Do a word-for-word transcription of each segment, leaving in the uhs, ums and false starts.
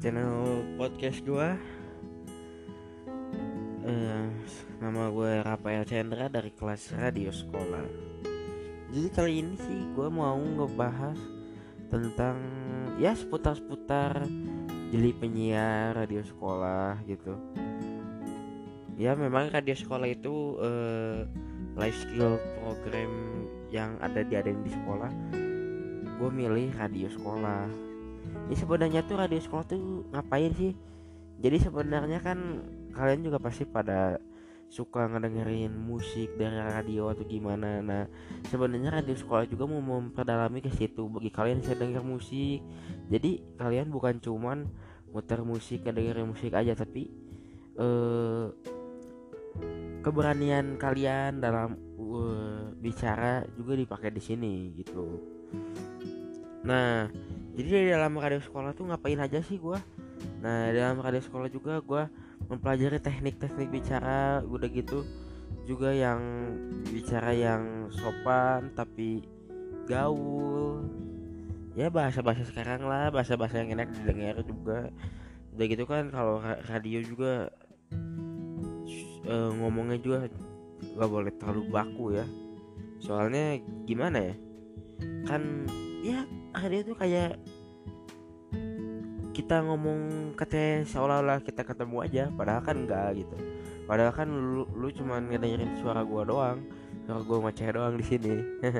channel podcast gua. Eh, nama gue Rafael Chandra dari kelas radio sekolah. Jadi kali ini sih gue mau ngebahas tentang ya seputar-seputar jadi penyiar radio sekolah gitu. Ya memang radio sekolah itu eh, life skill program yang ada diadain di sekolah. Gue milih radio sekolah. Ini sebenarnya tuh radio sekolah tuh ngapain sih? Jadi sebenarnya kan kalian juga pasti pada suka ngedengerin musik dari radio atau gimana. Nah, sebenarnya radio sekolah juga mau memperdalami ke situ bagi kalian yang denger musik. Jadi kalian bukan cuman muter musik, ngedengerin musik aja, tapi eh, keberanian kalian dalam uh, bicara juga dipakai di sini gitu. Nah, jadi di dalam radio sekolah tuh ngapain aja sih gua? Nah, dalam radio sekolah juga gua mempelajari teknik-teknik bicara, udah gitu juga yang bicara yang sopan tapi gaul. Ya bahasa-bahasa sekarang lah, bahasa-bahasa yang enak didengar juga. Udah gitu kan kalau ra- radio juga eh, ngomongnya juga gak boleh terlalu baku ya. Soalnya gimana ya? Kan ya radio tuh kayak kita ngomong katanya seolah-olah kita ketemu aja, padahal kan enggak gitu. Padahal kan lu, lu cuman ngedengerin suara gua doang, suara gua ngoceh doang di sini.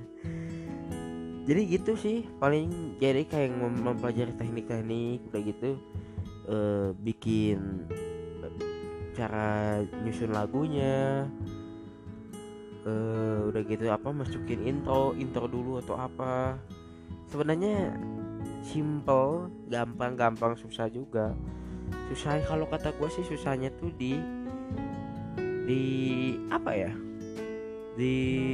Jadi gitu sih, paling jadi kayak mem- mempelajari teknik-teknik udah gitu, eh, bikin eh, cara nyusun lagunya, eh, udah gitu apa masukin intro intro dulu atau apa. Sebenarnya simple, gampang-gampang, susah juga. Susah kalau kata gue sih susahnya tuh di di apa ya? Di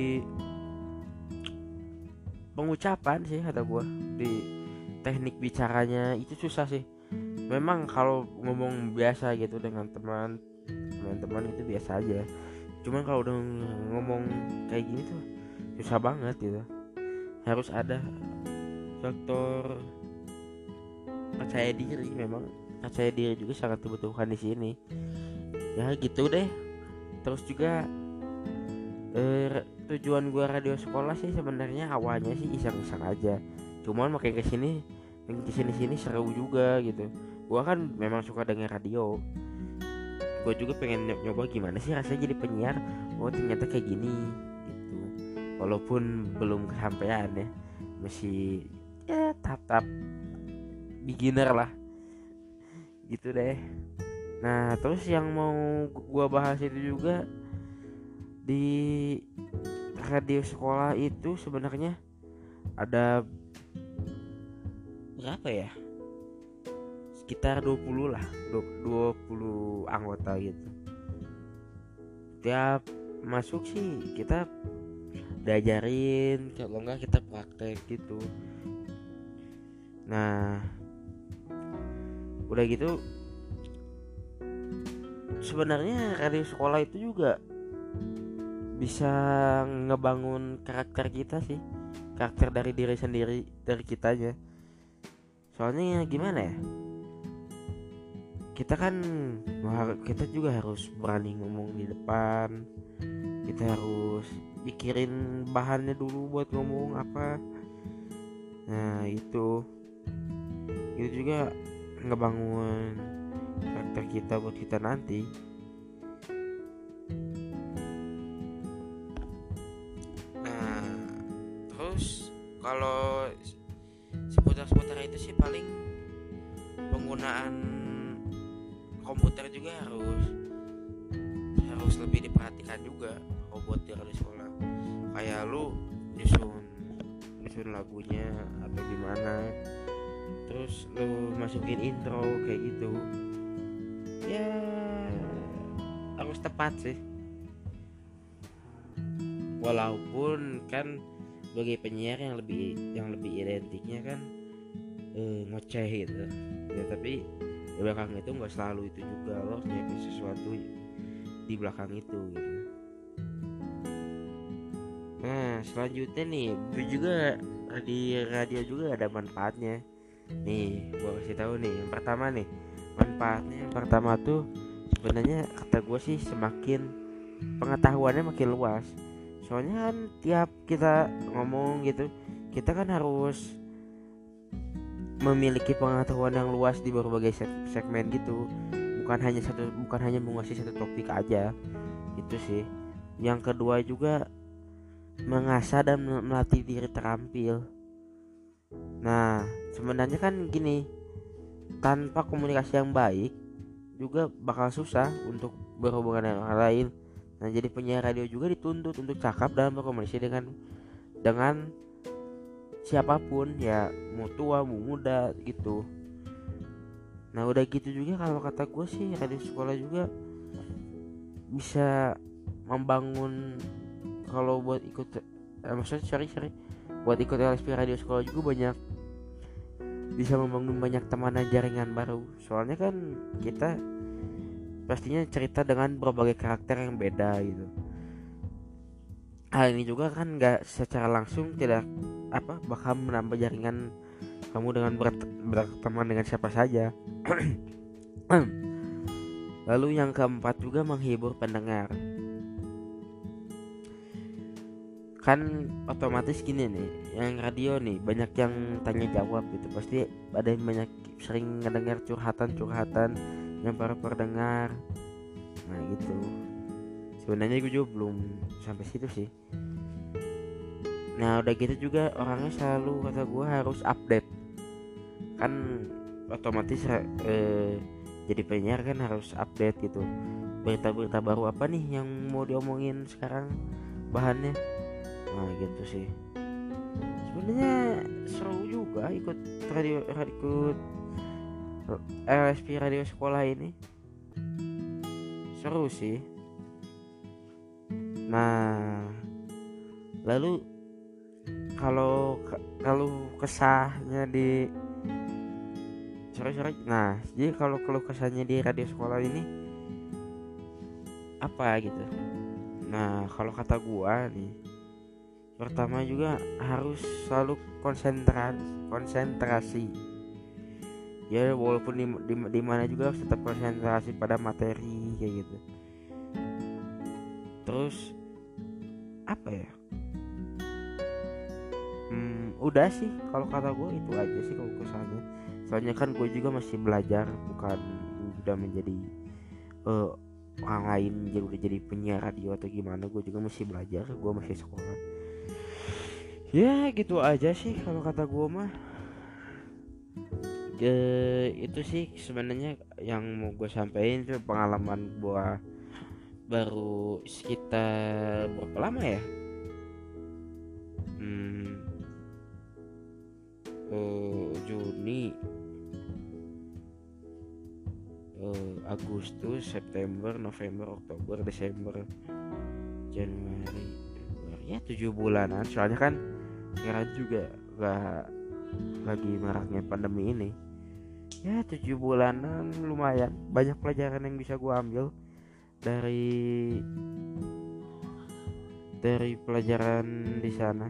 pengucapan sih kata gue. Di teknik bicaranya itu susah sih. Memang kalau ngomong biasa gitu dengan teman teman-teman itu biasa aja. Cuman kalau udah ngomong kayak gini tuh susah banget gitu. Harus ada faktor percaya diri. Memang percaya diri juga sangat dibutuhkan di sini. Ya gitu deh. Terus juga eh, tujuan gua radio sekolah sih sebenarnya awalnya sih iseng-iseng aja. Cuman makin kesini makin kesini sini seru juga gitu. Gua kan memang suka denger radio. Gua juga pengen ny- nyoba gimana sih rasanya jadi penyiar. Oh ternyata kayak gini gitu. Walaupun belum kesampaian ya, masih ya tahap-tahap beginner lah gitu deh. Nah terus yang mau gua bahas itu juga di radio sekolah itu sebenarnya ada berapa ya, sekitar dua puluh lah, dua puluh anggota gitu. Tiap masuk sih kita diajarin, kalau enggak kita praktek gitu. Nah udah gitu sebenarnya radio sekolah itu juga bisa ngebangun karakter kita sih, karakter dari diri sendiri, dari kitanya. Soalnya gimana ya, kita kan kita juga harus berani ngomong di depan, kita harus pikirin bahannya dulu buat ngomong apa. Nah itu itu juga ngebangun karakter kita buat kita nanti. Nah terus kalau seputar-seputar itu sih paling penggunaan komputer juga harus harus lebih diperhatikan juga robot di radio sekolah. Kayak lu nyusun nyusun lagunya atau gimana, terus lu masukin intro kayak gitu ya, harus tepat sih. Walaupun kan sebagai penyiar yang lebih yang lebih identiknya kan eh, ngoceh gitu ya, tapi di belakang itu nggak selalu itu juga, lo harus nyiapin sesuatu di belakang itu gitu. Nah selanjutnya nih, itu juga di radio juga ada manfaatnya. Nih gua kasih tahu nih, yang pertama nih manfaatnya. Yang pertama tuh sebenarnya kata gue sih semakin pengetahuannya makin luas. Soalnya kan tiap kita ngomong gitu, kita kan harus memiliki pengetahuan yang luas di berbagai segmen gitu. Bukan hanya satu, bukan hanya menguasai satu topik aja. Itu sih. Yang kedua juga mengasah dan melatih diri terampil. Nah, sebenarnya kan gini, tanpa komunikasi yang baik juga bakal susah untuk berhubungan dengan orang lain. Nah, jadi penyiar radio juga dituntut untuk cakap dalam berkomunikasi dengan dengan siapapun ya, mau tua mau muda gitu. Nah, udah gitu juga kalau kata gue sih radio sekolah juga bisa membangun. Kalau buat ikut eh, maksudnya sorry sorry buat ikut L S P radio sekolah juga banyak, bisa membangun banyak teman dan jaringan baru. Soalnya kan kita pastinya cerita dengan berbagai karakter yang beda gitu. Hal ini juga kan nggak secara langsung tidak apa bakal menambah jaringan kamu dengan ber- berteman dengan siapa saja. Lalu yang keempat juga menghibur pendengar. Kan otomatis gini nih, yang radio nih banyak yang tanya jawab gitu, pasti ada yang banyak sering ngedengar curhatan-curhatan yang para pendengar. Nah gitu, sebenarnya gue juga belum sampai situ sih. Nah udah gitu juga orangnya selalu kata gue harus update. Kan otomatis eh, jadi penyiar kan harus update gitu, berita-berita baru apa nih yang mau diomongin sekarang bahannya. Nah gitu sih, sebenarnya seru juga ikut radio, ikut L S P radio sekolah ini, seru sih. Nah lalu kalau kalau kesahnya di sore-sore, nah jadi kalau kalau kesahnya di radio sekolah ini apa gitu. Nah kalau kata gua nih, pertama juga harus selalu konsentrasi konsentrasi ya, walaupun di, di, di mana juga harus tetap konsentrasi pada materi kayak gitu. Terus apa ya, hmm, udah sih kalau kata gue itu aja sih kalau kesannya. Soalnya kan gue juga masih belajar, bukan udah menjadi uh, orang lain jadi udah jadi penyiar radio atau gimana. Gue juga masih belajar, gue masih sekolah. Ya gitu aja sih kalau kata gue mah. E, itu sih sebenarnya yang mau gue sampaikan, itu pengalaman gue baru sekitar berapa lama ya, hmm, uh, Juni, uh, Agustus, September, November, Oktober, Desember, Januari, Februari, ya tujuh bulanan. Soalnya kan sekarang juga gak lagi maraknya pandemi ini. Ya tujuh bulanan lumayan banyak pelajaran yang bisa gue ambil dari dari pelajaran di sana.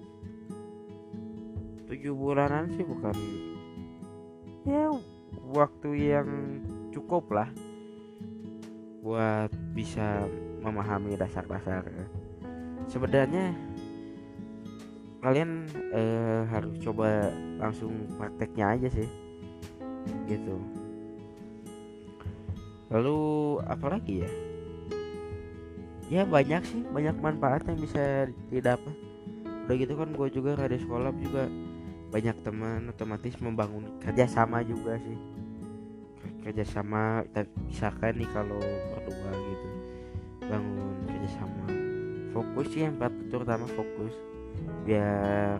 Tujuh bulanan sih bukan ya waktu yang cukup lah buat bisa memahami dasar-dasar. Sebenarnya kalian eh, harus coba langsung prakteknya aja sih gitu. Lalu apa lagi ya, ya banyak sih, banyak manfaat yang bisa didapat. Udah gitu kan gue juga radio sekolah juga banyak teman, otomatis membangun kerjasama juga sih. Kerjasama kita misalkan nih kalau berdua gitu, bangun kerjasama, fokus sih yang terutama fokus biar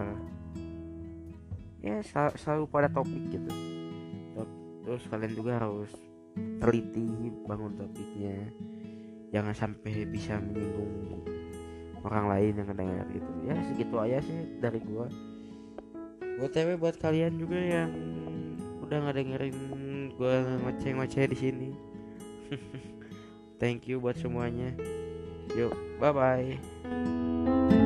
ya sel- selalu pada topik gitu. Terus kalian juga harus teliti bangun topiknya, jangan sampai bisa menyinggung orang lain yang dengar gitu. Ya segitu aja sih dari gua. O T W buat kalian juga yang udah ngedengerin gua ngoceh-ngoceh di sini. Thank you buat semuanya. Yuk, bye bye.